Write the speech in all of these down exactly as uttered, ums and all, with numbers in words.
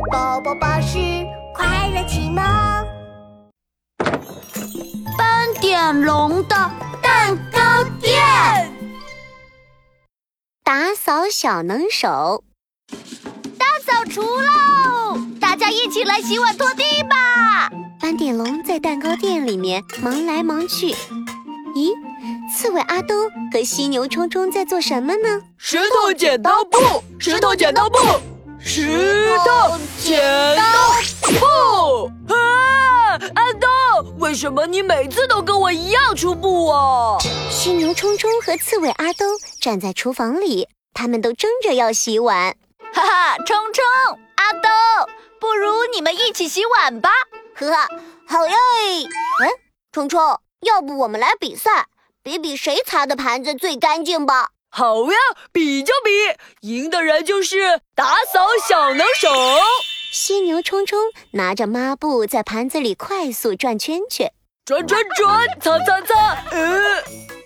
宝宝巴士快乐启蒙。 斑点龙的蛋糕店， 打扫小能手。 大扫除喽！大家一起来洗碗拖地吧。 斑点龙在蛋糕店里面忙来忙去。咦，刺猬阿兜和犀牛冲冲在做什么呢？ 石头剪刀布，石头剪刀布，石头剪刀布。啊，阿兜，为什么你每次都跟我一样出布啊？ 犀牛冲冲和刺猬阿兜站在厨房里，他们都争着要洗碗。 哈哈，冲冲，阿兜，不如你们一起洗碗吧。 呵呵，好耶！哎，冲冲，要不我们来比赛，比比谁擦的盘子最干净吧？ 好呀，比就比，赢的人就是打扫小能手。 犀牛冲冲拿着抹布在盘子里快速转圈圈， 转转转，擦擦擦，呃。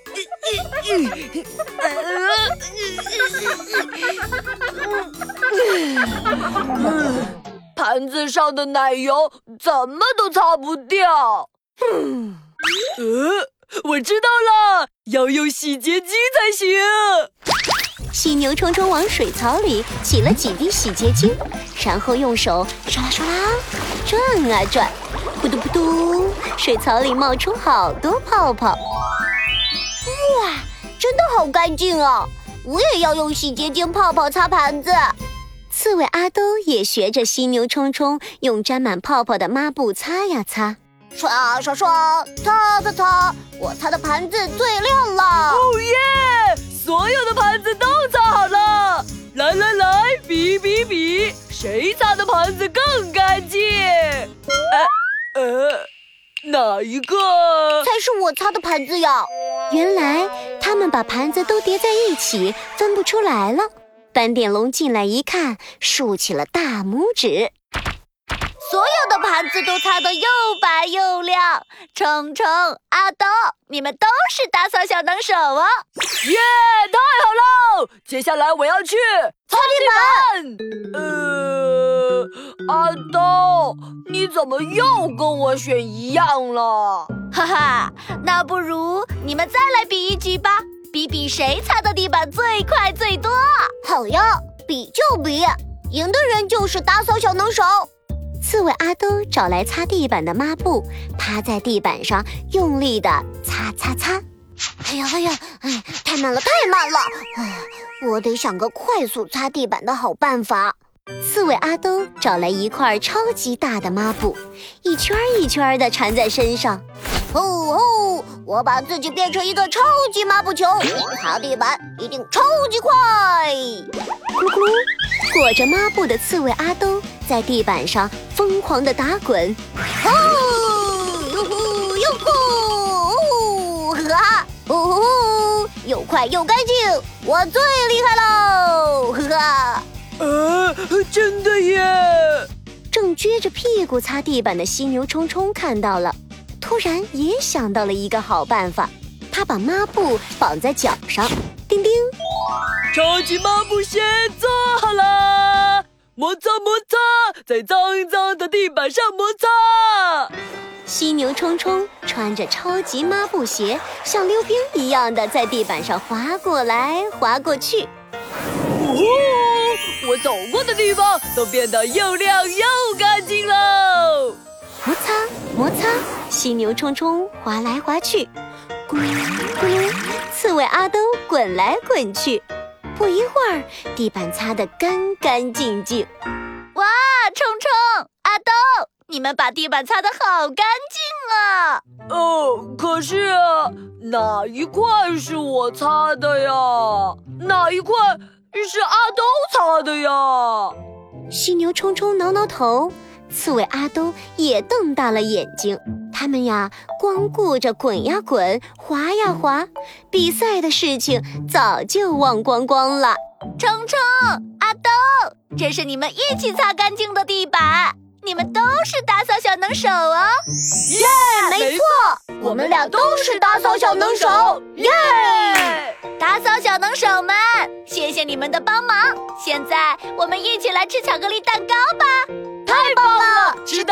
盘子上的奶油怎么都擦不掉。嗯，呃，我知道了，要用洗洁精才行。 犀牛冲冲往水槽里起了几滴洗洁精，然后用手刷啦刷啦转啊转，噗嘟噗嘟，水槽里冒出好多泡泡。 哇，真的好干净啊！我也要用洗洁精泡泡擦盘子。 刺猬阿兜也学着犀牛冲冲，用沾满泡泡的抹布擦呀擦， 刷刷刷，擦擦擦，我擦的盘子最亮了。 哦耶！所有的盘子都擦好了，来来来，比比比，谁擦的盘子更干净？呃呃，哪一个才是我擦的盘子呀？ 原来他们把盘子都叠在一起，分不出来了。斑点龙进来一看，竖起了大拇指。 所有的盘子都擦得又白又亮，冲冲、阿兜，你们都是打扫小能手哦！ 耶，太好了！接下来我要去擦地板。呃，阿兜，你怎么又跟我选一样了？ 哈哈，那不如你们再来比一局吧，比比谁擦的地板最快最多。 好呀，比就比，赢的人就是打扫小能手。 刺猬阿兜找来擦地板的抹布，趴在地板上用力地擦擦擦。 哎呀哎呀，哎，太慢了太慢了！哎，我得想个快速擦地板的好办法。 刺猬阿兜找来一块超级大的抹布，一圈一圈地缠在身上。 哦哦，我把自己变成一个超级抹布球，擦地板一定超级快！ 咕咕噜，裹着抹布的刺猬阿兜在地板上疯狂地打滚。 哦，哟呼哟呼，呵哈，哦呼，又快又干净，我最厉害喽！呵哈。 呃，真的耶！ 正撅着屁股擦地板的犀牛冲冲看到了，突然也想到了一个好办法，他把抹布绑在脚上，叮叮， 超级抹布鞋做好了，摩擦摩擦，在脏脏的地板上摩擦。 犀牛冲冲穿着超级抹布鞋，像溜冰一样的在地板上滑过来滑过去。 哦，我走过的地方都变得又亮又干净喽！ 摩擦摩擦，犀牛冲冲滑来滑去，咕噜咕噜，刺猬阿兜滚来滚去。不一会儿，地板擦得干干净净。 哇，冲冲、阿兜，你们把地板擦得好干净啊！ 哦，可是哪一块是我擦的呀？哪一块是阿兜擦的呀？ 犀牛冲冲挠挠头，刺猬阿兜也瞪大了眼睛。他们呀，光顾着滚呀滚，滑呀滑，比赛的事情早就忘光光了。 冲冲、阿兜，这是你们一起擦干净的地板，你们都是打扫小能手哦！ 耶， 没错，我们俩都是打扫小能手！耶！ 打扫小能手们，谢谢你们的帮忙。现在我们一起来吃巧克力蛋糕吧。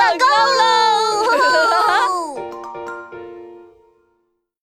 蛋糕